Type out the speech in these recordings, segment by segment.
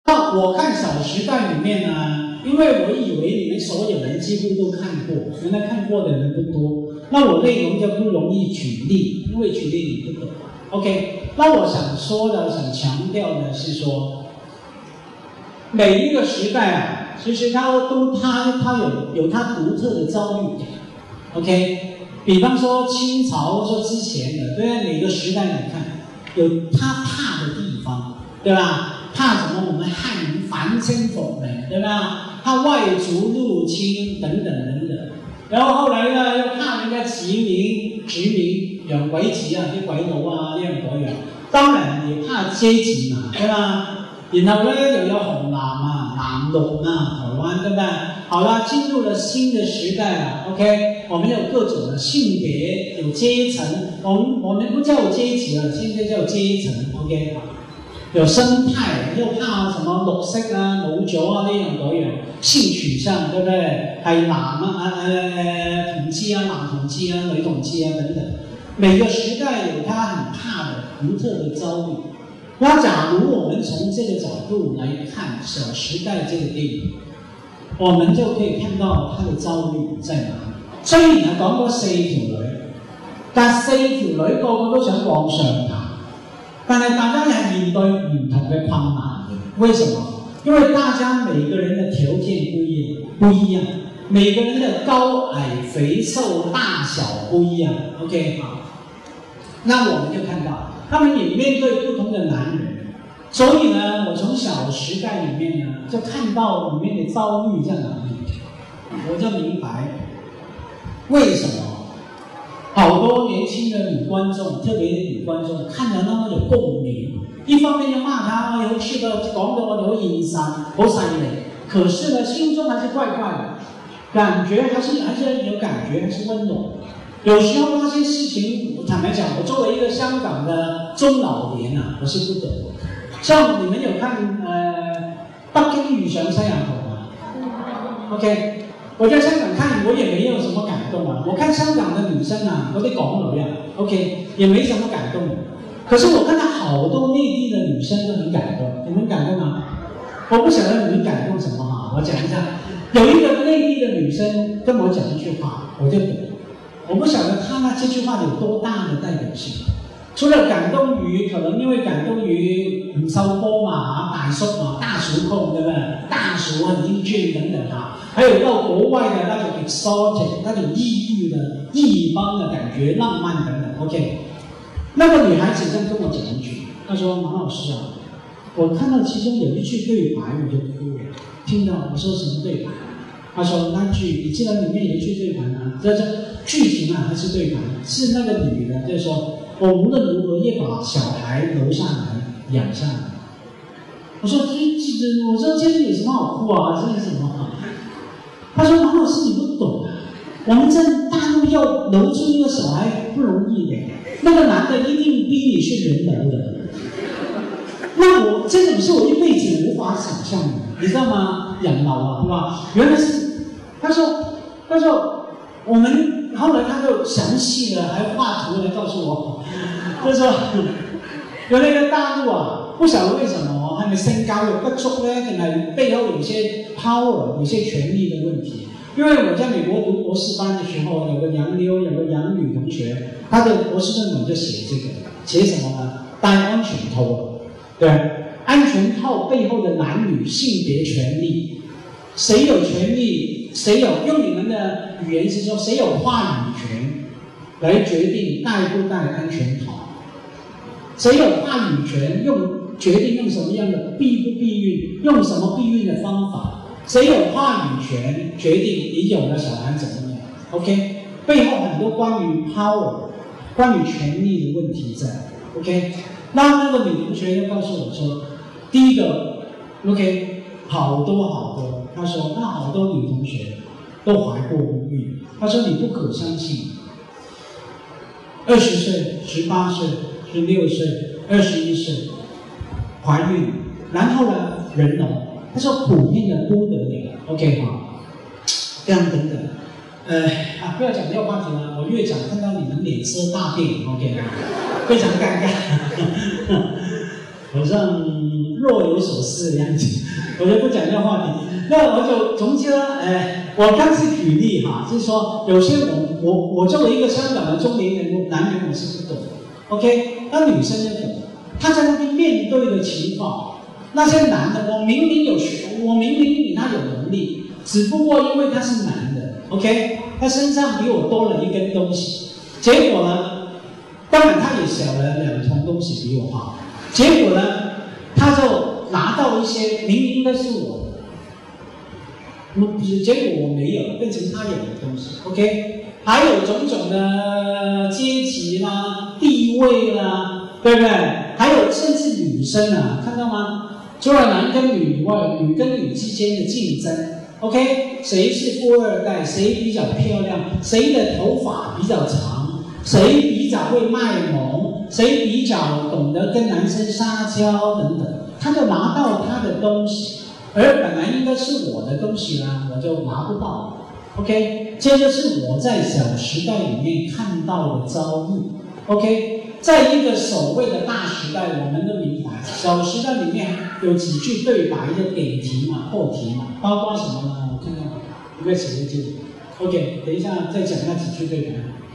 那我看《小时代》里面呢，因为我以为你们所有人几乎都看过，原来看过的人不多，那我内容就不容易举例，因为举例你不懂。OK， 那我想说的、想强调的是说，每一个时代啊，其实它有它独特的遭遇。OK， 比方说清朝，说之前的，对啊，每个时代你看有它怕的地方，对吧？怕什么？我们汉人反清复明，对吧？怕外族入侵等等等等。然后后来呢，又怕人家殖民，洋鬼子啊，啲鬼佬啊，呢樣嗰樣。當然也怕階級嘛，對吧？然後呢，又有紅藍啊、藍綠啊，台灣，對吧？好了，進入了新的時代了 ，OK， 我們有各種的性別，有階層，我們不叫階級了，現在叫階層 ，OK， 有生態，又怕什麼綠色啊、冇咗啊呢樣嗰樣，性取向，對不對？係男啊、同志啊、男同志啊、女同志啊等等。每個時代有它很怕的獨特的遭遇。那假如我們從這個角度來看《小時代》這個電影，我們就可以看到它的遭遇在哪裡。雖然係講嗰4條女，但4條女個個都想往上爬，但係大家係面對唔同嘅困難嘅。為什麼？因為大家每個人的條件不一樣，每個人的高矮肥瘦大小不一樣。OK， 好。那我們就看到，他們也面對不同的男人，所以呢，我從《小時代》裡面呢，就看到裡面的遭遇在哪裡，我就明白為什麼好多年輕的女觀眾，特別的女觀眾，看得那麼有共鳴。一方面就罵他，有趣的講得我哋好現實，好犀利，可是呢，心中還是怪怪的，感覺還是有感覺，還是溫柔。有時候那些事情，我坦白講，我作為一個香港的中老年啊，我是不懂。像你們有看北京遇上西洋頭嗎 ？OK， 我在香港看，我也沒有什麼感動啊。我看香港的女生啊，嗰啲港女啊 ，OK， 也沒什麼感動。可是我看到好多內地的女生都很感動，你們感動嗎？我不曉得你們感動什麼哈，我講一下。有一個內地的女生跟我講一句話，我就懂。我不曉得他這句話有多大的代表性，除了感動於可能因為感動於吳秀波嘛、大叔嘛、大叔控，對不對？大叔很英俊等等哈，還有到國外的那種 exotic 那種異域的異邦的感覺、浪漫等等。OK， 那個女孩子就跟我講一句，她說：“馬老師啊，我看到其中有一句對白我就哭了，聽到我說什麼對白？”他說那句，你記得裡面有一句對白嗎？這劇情啊還是對白？是那個女的就說：“我無論如何也把小孩留下來養下來。”我說：“我說這有什麼好哭啊？這是什麼啊？”他說：“馬老師你不懂啊，我們在大陸要留住一個小孩不容易的，那個男的一定逼你去人流的。”那我這種是我一輩子無法想象的，你知道嗎？養老啊，對吧？原來是。他說，我們後來他就詳細的還畫圖來告訴我，就說原來在大陸啊，不曉得為什麼，係咪性教育不足呢？定係背後有些 power、有些權力的問題？因為我在美國讀博士班的時候，有個洋妞，有個洋女同學，她的博士論文就寫這個，寫什麼呢？戴安全套，對，安全套背後的男女性別權利，誰有權利？誰有用你們的語言是說，誰有話語權來決定戴不戴安全套？誰有話語權決定用什麼樣的避不避孕，用什麼避孕的方法？誰有話語權決定你有了小孩怎麼樣 ？OK， 背後很多關於 power、關於權力的問題在。OK， 那個女同學就告訴我說，第一個 OK， 好多。他說：“那好多女同學都懷過孕。”他說：“你不可相信，20歲、18歲、16歲、21歲懷孕，然後呢人流。”他說：“普遍的不得了。”OK 哈，這樣等等。不要講這個話題了，我越講看到你們臉色大變。OK 非常尷尬。好像。 若有所思的样子，我就不讲这个话题。那我就从这，我刚是举例哈，就是说有些我作为一个香港的中年人男人，我是不懂 ，OK， 那女生就懂，她在那边面对的情况，那些男的，我明明有学，我明明比他有能力，只不过因为他是男的 ，OK， 他身上比我多了一根东西，结果呢？当然，他也小了2ton东西比我好。结果呢，他就拿到一些明明应该是我的，结果我没有，变成他有的东西。OK， 还有种种的阶级啦、地位啦，对不对？还有甚至女生啊，看到吗？除了男跟女以外，女跟女之间的竞争。OK， 谁是富二代？谁比较漂亮？谁的头发比较长？谁比较会卖萌？谁比较懂得跟男生撒娇等等？他就拿到他的东西，而本来应该是我的东西呢，我就拿不到。OK， 这就是我在《小时代》里面看到的遭遇。OK， 在一个所谓的大时代，我们都明白，《小时代》里面有几句对白的点题嘛、后题嘛，包括什么呢？我看看，有没有写进去 ？OK， 等一下再讲那几句对白。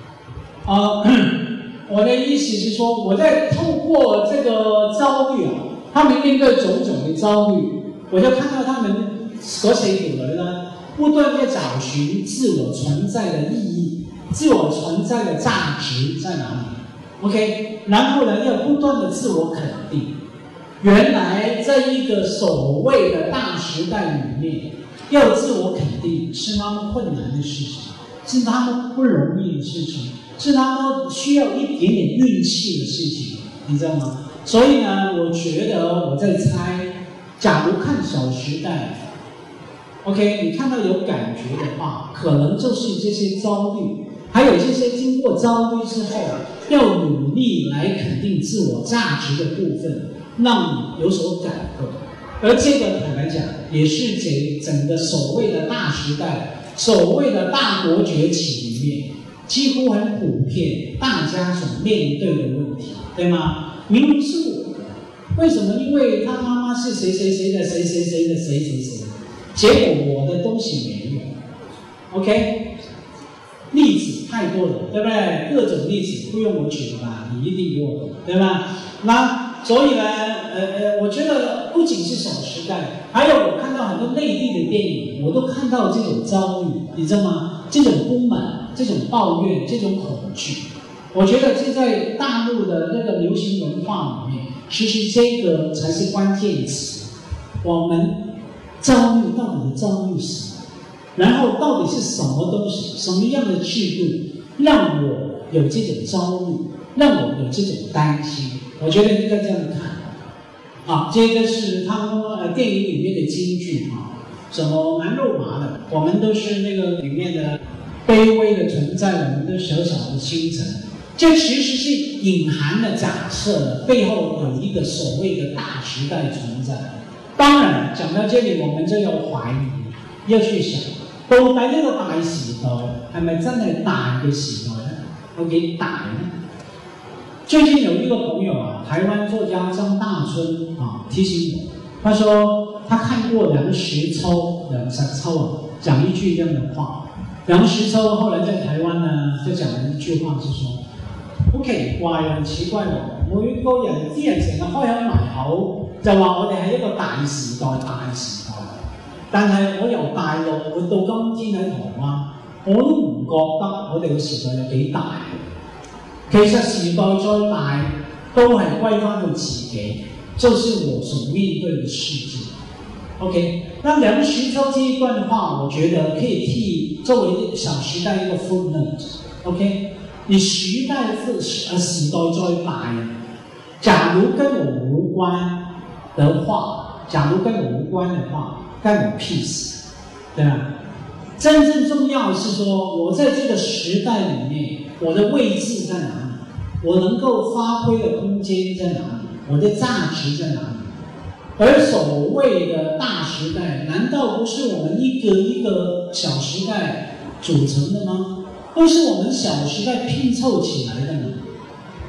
我的意思是说，我在透过这个遭遇啊，他们面对种种的遭遇，我就看到他们所写古人呢，不断地找寻自我存在的意义、自我存在的价值在哪里 ？OK， 然后呢，要不断的自我肯定。原来在一个所谓的大时代里面，要自我肯定是那么困难的事情，是那么不容易的事情。是他们需要一点点运气的事情，你知道吗？所以呢，我觉得我在猜，假如看《小时代》，OK， 你看到有感觉的话，可能就是这些遭遇，还有这些经过遭遇之后，要努力来肯定自我价值的部分，让你有所感动。而这个坦白讲，也是整个所谓的大时代、所谓的大国崛起里面。几乎很普遍，大家所面对的问题，对吗？明明是我的，为什么？因为他妈妈是谁谁谁的谁谁谁的谁谁谁，结果我的东西没有。OK， 例子太多了，对不对？各种例子不用我举了吧，你一定给我懂，对吧？那所以呢，我觉得不仅是《小时代》，还有我看到很多内地的电影，我都看到这种遭遇，你知道吗？这种不满。这种抱怨，这种恐惧，我觉得这在大陆的那个流行文化里面，其实这个才是关键词。我们遭遇到底遭遇什么？然后到底是什么东西、什么样的制度，让我有这种遭遇，让我有这种担心？我觉得应该这样看。啊，这个是他们电影里面的金句啊，什么蛮肉麻的，我们都是那个里面的。卑微的存在，我们的小小的星辰，这其实是隐含的假设背后有一个所谓的大时代存在。当然，讲到这里，我们就要怀疑，要去想，到底呢個大時代係咪真係大嘅時代呢？有幾大呢？最近有一個朋友啊，台灣作家張大春啊提醒我，他說他看過梁實秋啊講一句這樣的話。梁實秋後來在台灣呢，就講了一句話，是說好奇怪啊，很奇怪喎，每個人啲人成日開口埋口，就話我哋係一個大時代，但係我由大陸去到今天喺台灣，我都唔覺得我哋嘅時代有幾大。其實時代再大，都係歸翻到自己，就是我所面對的世界。OK， 那梁實秋這一段的話，我覺得可以替作為小時代一個 footnote。OK， 你時代時代再大，假如跟我無關的話，干我屁事，對吧？真正重要的是說，我在這個時代裡面，我的位置在哪裡？我能夠發揮的空間在哪裡？我的價值在哪裡？而所謂的大時代，難道不是我們一個一個小時代組成的嗎？都是我們小時代拼湊起來的嗎？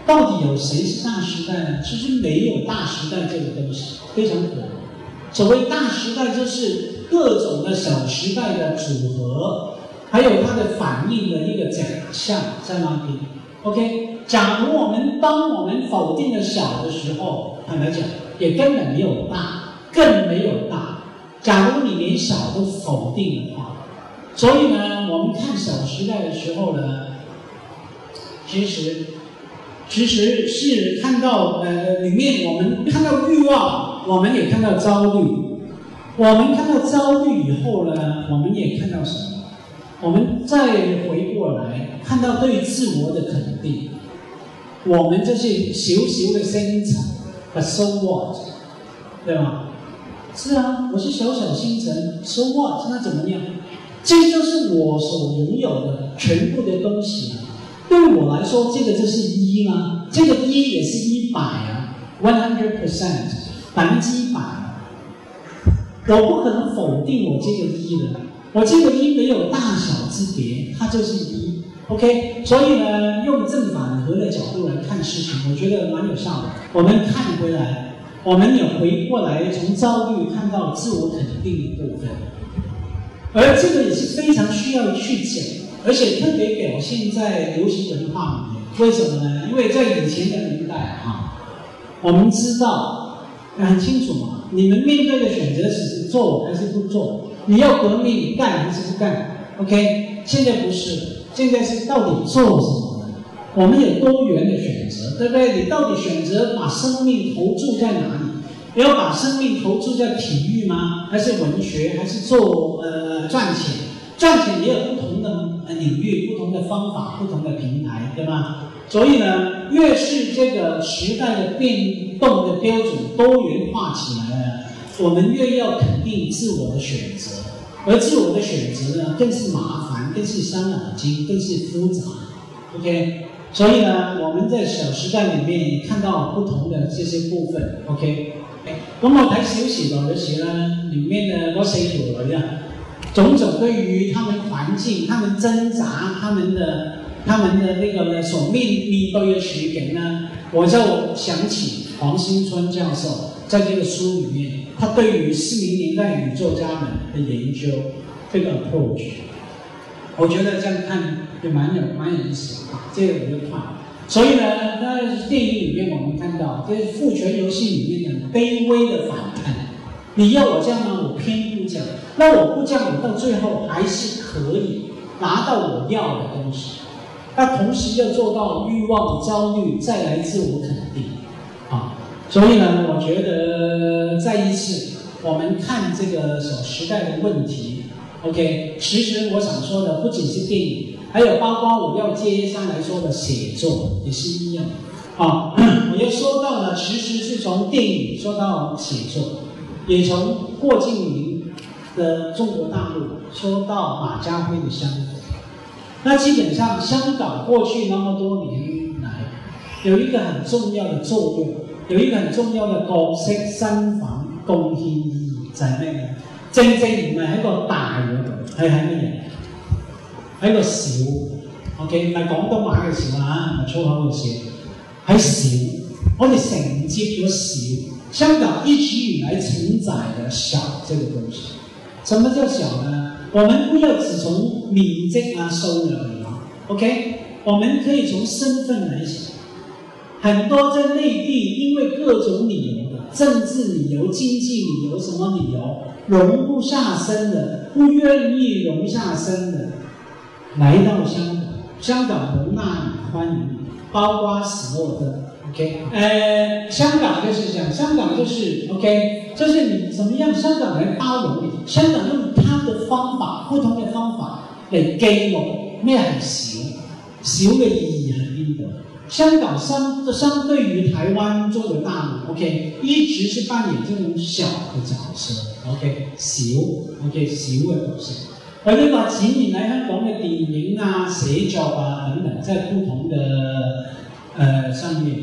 到底有谁是大时代呢？其实没有大时代这个东西，非常可能。所谓大时代，就是各种的小时代的组合，还有它的反应的一个假象在那边。OK， 假如当我们否定了小的时候，坦白讲，也根本没有大，更没有大。假如你连小都否定的话，所以呢，我们看小时代的时候呢，其实是看到里面我们看到欲望，我们也看到焦虑。我们看到焦虑以后呢，我们也看到什么？我们再回过来看到对自我的肯定。我们这是小小的星辰 ，but so what， 对吗？是啊，我是小小星辰 ，so what？ 那怎么样？这就是我所拥有的全部的东西啊。对我来说，这个就是一吗？这个一也是100啊 ，100%，100%啊。我不可能否定我这个一的，我这个一没有大小之别，它就是一。OK， 所以呢，用正反合的角度来看事情，我觉得蛮有效的。我们看回来，我们也回过来从焦虑看到自我肯定的部分，而这个也是非常需要去讲，而且特别表现在流行文化里面。为什么呢？因为在以前的年代我们知道很清楚嘛，你们面对的选择是做还是不做，你要革命干还是不干 ？OK， 现在不是。现在是到底做什么呢？我们有多元的选择，对不对？你到底选择把生命投注在哪里？你要把生命投注在体育吗？还是文学？还是做赚钱？赚钱也有不同的领域、不同的方法、不同的平台，对吗？所以呢，越是这个时代的变动的标准多元化起来呢，我们越要肯定自我的选择。而自我的选择呢，更是麻烦，更是伤脑筋，更是复杂。OK， 所以呢，我们在小时代里面看到不同的这些部分。OK， 咁我睇小時代嘅時呢，裡面的嗰4條女啊，種種對於他們環境、他們掙扎、他們的那個呢所面對的處境呢，我就想起黃新春教授在這個書裡面。他對於40年代宇宙家們的研究這個 approach， 我覺得這樣看也蠻有意思的，這個我就看。所以呢，在電影裡面我們看到，在父權遊戲裡面的卑微的反叛。你要我這樣嗎？我偏不這樣。那我不這樣，我到最後還是可以拿到我要的東西。那同時要做到慾望、焦慮，再來自我肯定。所以呢，我覺得再一次，我們看這個小時代的問題 ，OK， 其實我想說的不僅是電影，還有包括我要接下來說的寫作也是一樣。我要說到呢，其實是從電影說到寫作，也從郭敬明的中國大陸說到馬家輝的香港。那基本上香港過去那麼多年來，有一個很重要的作用。有一個很重要的角色身份貢獻意義就係咩呢？正唔係喺個大嗰度，係喺乜嘢？喺個小 ，OK， 唔係廣東話嘅小啊，唔係粗口嘅小，喺小。我哋承接咗小，香港一直以來承載了小這個東西。什麼叫小呢？我們不要只從面積數量嚟講 ，OK， 我們可以從身份來想。很多在內地因為各種理由的政治理由、經濟理由、什麼理由容不下身的、不願意容下身的，來到香港，香港容納你、歡迎你，包括死後的 OK， 香港就是這樣，香港就是 OK， 就是你怎麼樣，香港來包容你，香港用他的方法，不同的方法嚟記錄咩係小，小嘅意義喺邊度？香港相對於台灣中國大陸 ，OK， 一直是扮演這種小的角色 ，OK， 小 ，OK， 小嘅角色。而你話近年來香港嘅電影啊、寫作啊等等，在不同的上面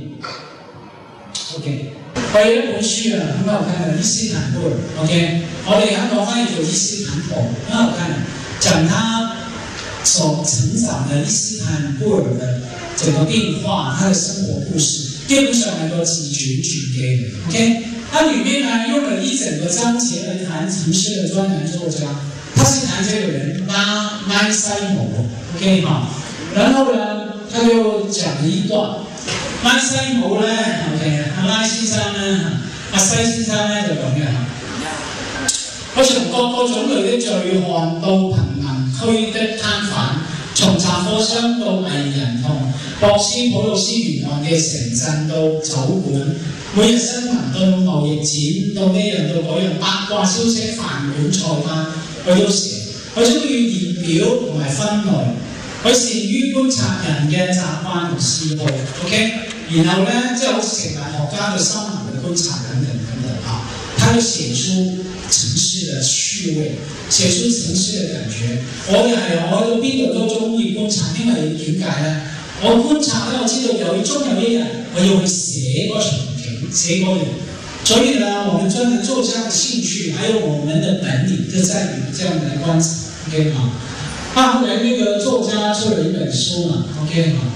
，OK， 我有一本書啊，很好看的，伊斯坦布爾 ，OK， 我哋香港翻譯做伊斯坦堡，很好看的，講他所成長的伊斯坦布爾的。 整個變化，他的生活故事，基本上能夠自傳嘅 ，OK。它裡面呢用了一整個章節來談城市的專欄作家，他是談這個人麥西姆 ，OK 哈。然後呢，他就講了一段，麥西姆呢 ，OK， 麥先生呢，阿西先生呢就咁嘅嚇。佢從各個種類的罪漢到貧民區的攤販，從雜貨商到藝人同博斯普魯斯沿岸嘅城鎮到酒館，每日新聞到貿易展到呢樣到嗰樣八卦消息飯館菜單，佢都寫。佢中意列表同埋分類，佢善於觀察人嘅習慣同嗜好 ，OK。然後呢，即係好似成文學家對生活嘅觀察等等啊，他就寫出城市的趣味，寫出城市嘅感覺。我到邊度都中意觀察，因為點解呢？我觀察咧，我知道有一日我要去寫嗰場景，寫嗰人。所以呢，我們專門作家的興趣，還有我們的本領，就在於這樣的觀察 ，OK 嗎？後來那個作家出了一本書嘛 ，OK 嗎？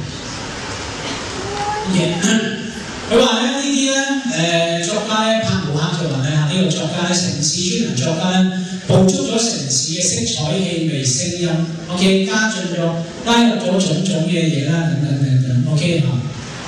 佢話咧呢啲咧作家咧拍無客就話咧呢個作家咧城市專欄作家咧捕捉咗城市嘅色彩、氣味、聲音 ，OK 加入咗種種嘅嘢啦，等 ，OK 嚇。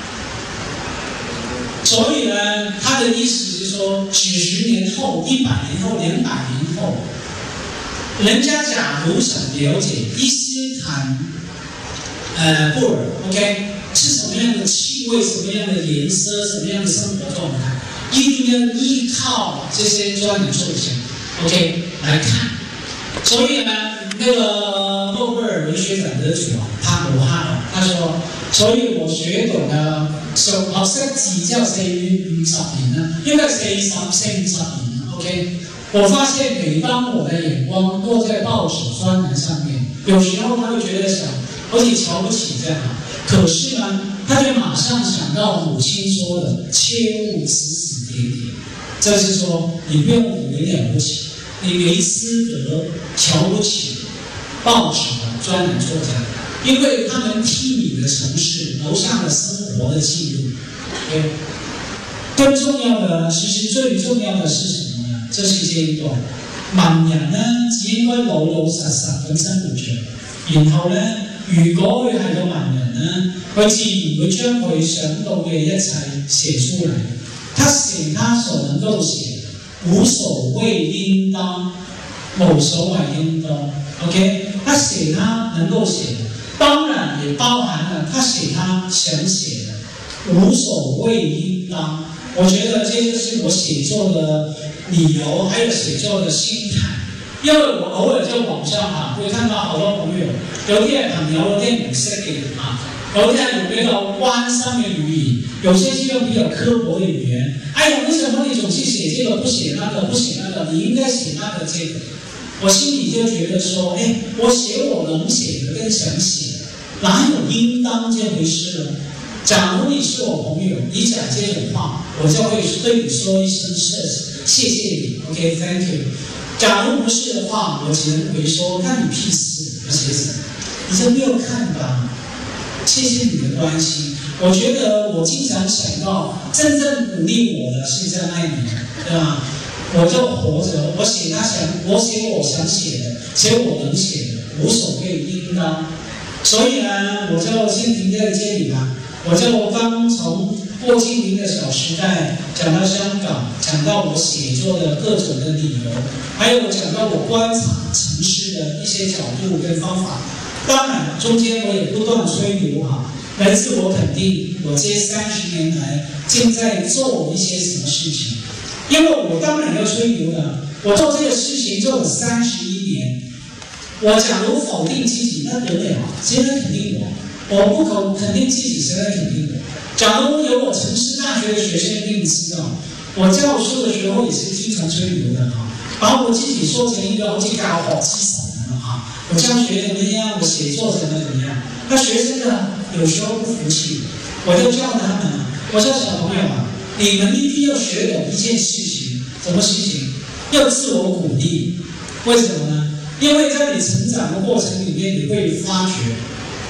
所以呢，他的意思是說，幾十年後、100年後、200年後，人家假如想了解伊斯坦布爾 ，OK。是什麼樣的氣味，什麼樣的顏色，什麼樣的生活狀態，一定要依靠這些專欄作家 ，OK 來看。所以呢，那個諾貝爾文學獎得主帕魯哈，他說，所以我覺得呢，學識字之後40年啦，應該40-50年 ，OK。我發現每當我的眼光落在報紙專欄上面，有時候他會覺得想，好似瞧不起這樣。可是呢，他就馬上想到母親說的“切勿指指點點”，這是說你不用以為了不起，你沒資格瞧不起報紙的專欄作家，因為他們替你的城市留下了生活的記錄。更重要的，其實最重要的是什麼呢？這是這一段，文人呢只應該老老實實咁生活着，然後呢，如果佢係個文人呢，佢自然會將佢想到嘅一切寫出來。他寫他所能夠寫，無所謂應當，無所謂應當。OK， 他寫他能夠寫的，當然也包含了他寫他想寫的，無所謂應當。我覺得這就是我寫作的理由，還有寫作的心態。因為我偶爾在網上會看到好多朋友，有啲係朋友，有啲唔識嘅有啲係用比較官方嘅語言，有些是用比較刻薄嘅語言。哎呀，為什麼你總是寫這個不寫那個，不寫那個？你應該寫那個這個。我心裡就覺得說，我寫我能寫的跟想寫的，哪有應當這回事呢？假如你是我朋友，你講這種話，我就會對你說一聲謝謝你 ，OK，thank you。假如不是的話，我只能回說，干你屁事！我寫什麼？你就沒有看吧？謝謝你的關心。我覺得我經常想到，真正鼓勵我的是在那一年，對吧？我就活着，我寫我想寫的，寫我能寫的，無所謂應當。所以呢，我就先停在這裡吧。我就剛從郭敬明的《小時代》講到香港，講到我寫作的各種的理由，還有講到我觀察城市的一些角度跟方法。當然，中間我也不斷吹牛來自我肯定我這30年來正在做一些什麼事情。因為我當然要吹牛的，我做這個事情做了31年。我假如否定自己，那得了，誰能肯定我？我不肯定自己，誰來肯定我？假如有我城市大學的學生，一定知道，我教書的時候也是經常吹牛的把我自己說成一個好似教學之神我教學怎麼樣，我寫作怎麼樣。那學生呢，有時候不服氣，我就教他們，我說小朋友你們一定要學懂一件事情，什麼事情？要自我鼓勵。為什麼呢？因為在你成長的過程裡面，你會發覺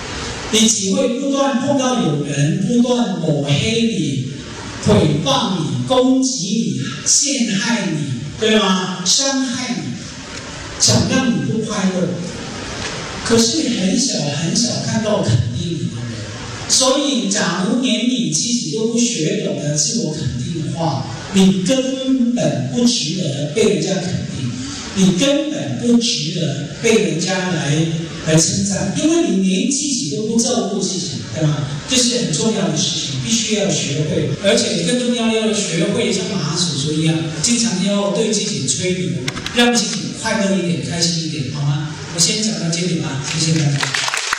你只会不断碰到有人不断抹黑你、诽谤你、攻击你、陷害你，对吗？伤害你，想让你不快乐。可是你很少看到肯定你的人。所以，假如连你自己都不学懂得自我肯定的话，你根本不值得被人家肯定，你根本不值得被人家来称赞，因为你连自己都不照顾自己，对吗？这是很重要的事情，必须要学会。而且更重要要学会像马叔叔一样，经常要对自己吹牛，让自己快乐一点、开心一点，好吗？我先讲到这里吧，谢谢大家。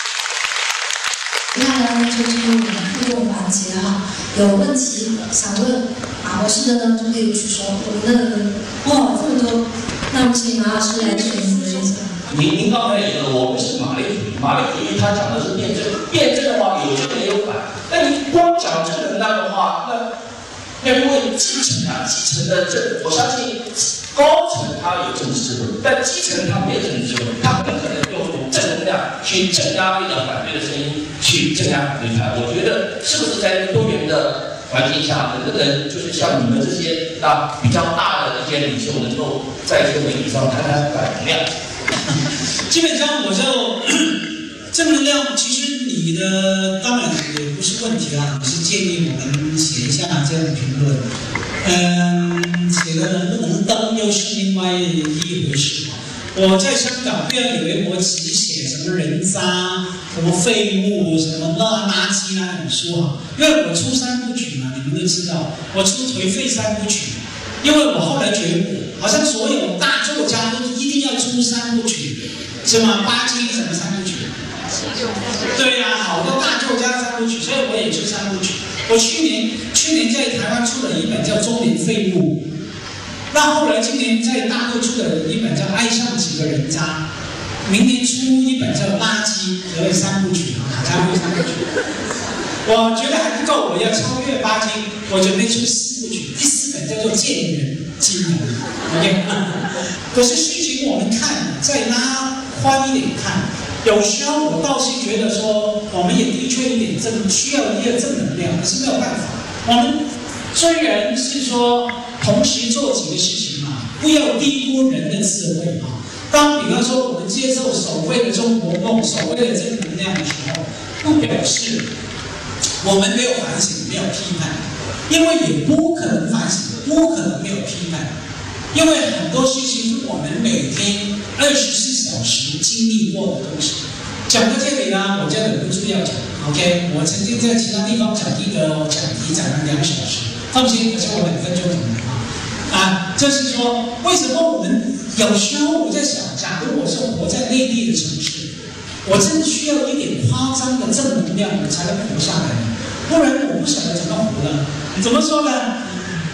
接下来呢，就是我们的互动环节哈，有问题想问马博士的呢，就可以举手。我们的哇这么多，那我们请马老师来选择一下。 您刚才也说，我们是马列主义，马列主义他讲的是辩证，辩证的话有正也有反。那你光讲正能量的话，那因为基层的正，我相信高层他有政治智慧，但基层他没有政治智慧，他不可能用正能量去镇压那个反对的声音，去镇压反对派。我觉得是不是在多元的环境下，能不能就是像你们这些比较大的一些领袖，能够在这个媒体上谈谈反能量？ 基本上我就正能量，其实你的当然也不是问题啦，是建议我们写一下这样的评论。写的能不能登又是另外一回事。我在香港不要以为我只写什么人渣、什么废物、什么垃圾那种书啊，因为我出三部曲嘛，你们都知道，我出颓废三部曲，因为我后来觉悟，好像所有大作家都一定要出三部曲，是吗？巴金什么三部曲？对呀，好多大作家三部曲，所以我也出三部曲。我去年在台湾出了一本叫《中年废物》，那后来今年在大陆出了一本叫《爱上几个人渣》，明年出一本叫《垃圾》，所谓三部曲啊，三部曲。我觉得还不够，我要超越巴金，我准备出4部曲，第4本叫做《见人惊人》。OK， 可是事情我们看，再拉宽一点看。有时候我倒是觉得说，我们也的确需要一个正能量，可是没有办法。我们虽然是说同时做几个事情嘛，不要低估人的智慧啊。当比方说我们接受所谓的中国梦、所谓的正能量的时候，不表示我们没有反省、没有批判，因为也不可能反省，不可能没有批判。因为很多事情是我们每天24小时经历过的东西。讲到这里呢，我就忍不住要讲。OK， 我曾经在其他地方讲一个讲题，讲了2小时。放心，可是我2分钟讲完就是说，为什么我们有时候我在想，假如我是活在内地的城市，我真的需要一点夸张的正能量，我才能活下来，不然我不晓得怎么活了。怎么说呢？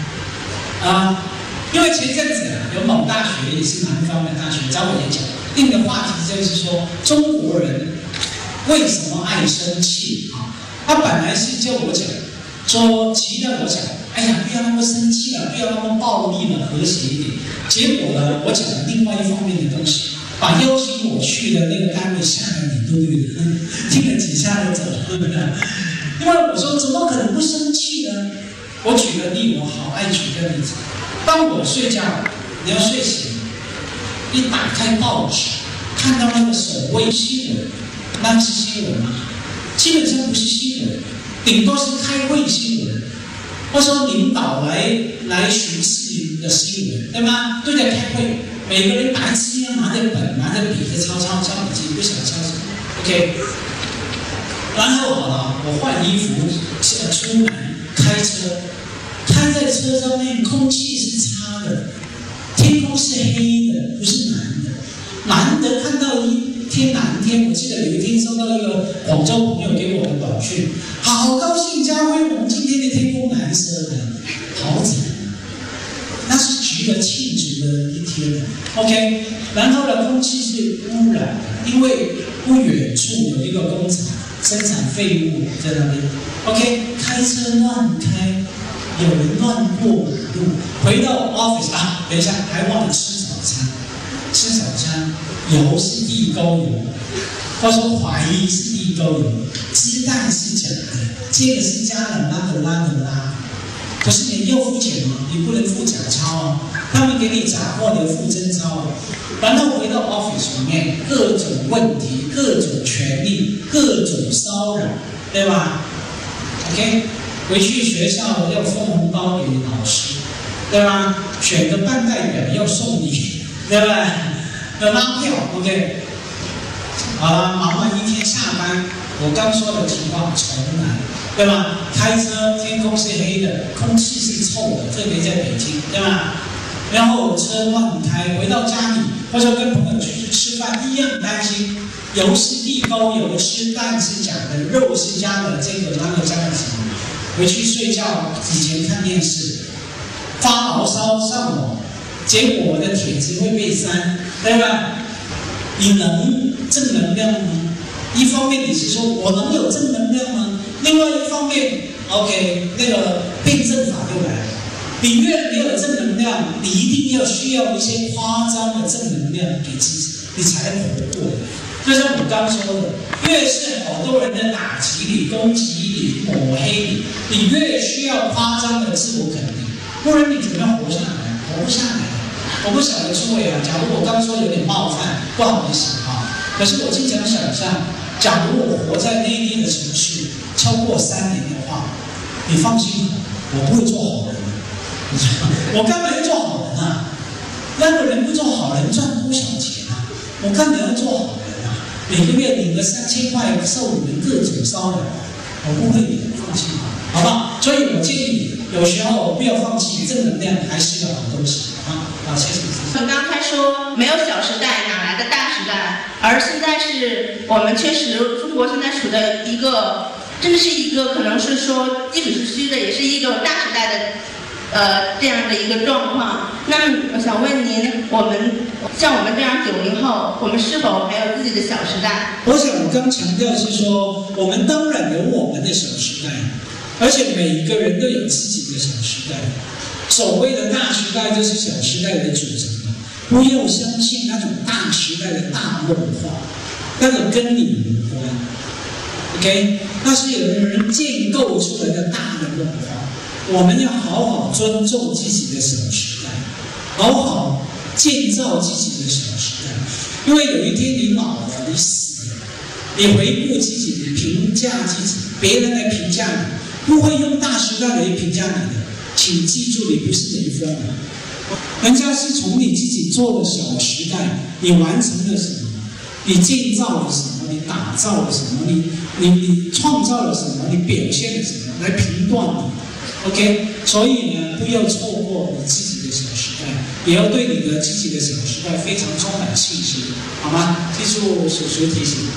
因为前阵子有某大学也是南方的大学找我演讲，定的话题就是说中国人为什么爱生气啊？他本来是叫我讲，说期待我讲，哎呀，不要那么生气了，不要那么暴力了，和谐一点。结果呢，我讲了另外一方面的东西，把邀请我去的那个单位吓得脸都绿了，听了几下就走了。因为我说怎么可能不生气呢？我举个例，我好爱举个例子。当我睡觉，你要睡醒，一打开报纸，看到那个所谓新闻，那是新闻吗？基本上不是新闻，顶多是开会新闻，或者说领导来巡视的新闻，对吗？都在开会，每个人白痴一样拿着本、拿着笔在抄笔记，不想抄什么。OK， 然后好了，我换衣服，出门开车。开在车上面，空气是差的，天空是黑的，不是蓝的。难得看到一天蓝天，我记得有一天收到一个广州朋友给我的短讯，好高兴，家辉，我们今天的天空蓝色的，好惨，那是值得庆祝的一天。OK， 然后呢，空气是污染的，因为不远处有一个工厂生产废物在那边。OK， 开车乱开。有人乱过马路，回到 office 等一下还忘了吃早餐，油是地沟油， 或者说怀疑是地沟油，鸡蛋是假的，这个是加了那个拉。可是你要付钱吗？你不能付假钞啊，他们给你假货，你要付真钞。然后回到 office 里面，各种问题、各种权利、各种骚扰，对吧 ？OK， 回去学校要送红包给老师，对吧？选个班代表要送你，对不对？要拉票 ，OK。好了，忙完一天下班，我刚说的情况重来，对吧？开车天空是黑的，空气是臭的，特别在北京，对吧？然后车乱开，回到家里或者跟朋友出去吃饭，一样担心油是地沟油，吃蛋是假的，肉是加了这个那个加了什么？回去睡觉以前看电视，发牢骚上网，结果我的帖子会被删，对吧？你能正能量吗？一方面你是说我能有正能量吗？另外一方面 ，OK， 那个辩证法又来了。你越没有正能量，你一定要需要一些夸张的正能量给支持，你才能活过来。就像我刚说的，越是好多人的打击你、攻击你、抹黑你，你越需要夸张的自我肯定，不然你怎么样活下来？活不下来的。我不晓得诸位啊，假如我刚说有点冒犯，不好意思啊。可是我经常想象，假如我活在内地的城市超过3年的话，你放心，我不会做好人。我干嘛要做好人啊？那个人不做好人赚多少钱啊？我干嘛要做好人啊？每个月领个3000块，受你们各种骚扰，我不会的，放心，好吧？所以我建议你，有时候不要放弃正能量，还是个好东西啊！好，谢谢。 刚才说没有小时代，哪来的大时代？而现在是我们确实中国现在处在一个，真的是一个可能是说基础是虚的，也是一种大时代的。这样的一个状况，那么我想问您，像我们这样90后，我们是否还有自己的小时代？ 我想我刚强调是说，我们当然有我们的小时代，而且每一个人都有自己的小时代。所谓的大时代就是小时代为组成的，不要相信那种大时代的大梦话，那个跟你无关。OK， 那是有人建构出来的大的梦话。我们要好好尊重自己的小时代，好好建造自己的小时代。因为有一天你老了，你死了，你回顾自己，你评价自己，别人来评价你，不会用大时代来评价你的。请记住，你不是雷锋，人家是从你自己做的小时代，你完成了什么？你建造了什么？你打造了什么？你创造了什么？你表现了什么？来评断你。OK， 所以呢，不要错过你自己的小时代，也要对你的自己的小时代非常充满信心，好吗？记住叔叔提醒。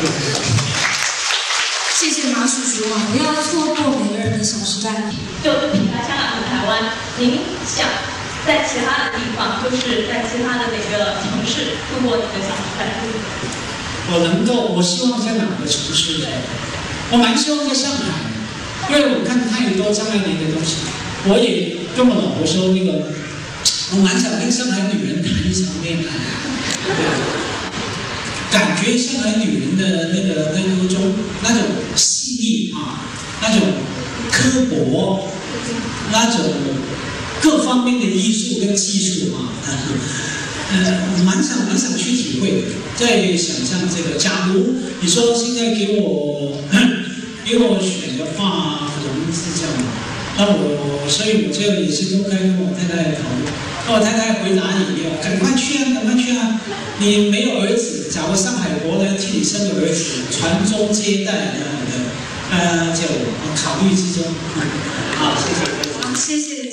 谢谢马叔叔啊！不要错过每个人的小时代。 就对比香港和台湾，您想在其他的地方，就是在其他的哪个城市度过你的小时代？ 我希望在哪个城市？我蛮希望在上海。因为我看太多张爱玲的东西，我也跟我老婆说我蛮想跟上海女人谈一场恋爱，感觉上海女人的那种细腻啊，那种刻薄，那种各方面的艺术跟技术啊，蛮想去体会的。再想象这个，假如你说现在给我选的话，可能是这样的。所以我这也是公开跟我太太讨论。那我太太回答你，赶快去啊！你没有儿子，假如上海国来替你生个儿子，传宗接代这样的，就考虑之中。好，谢谢。 好，谢谢。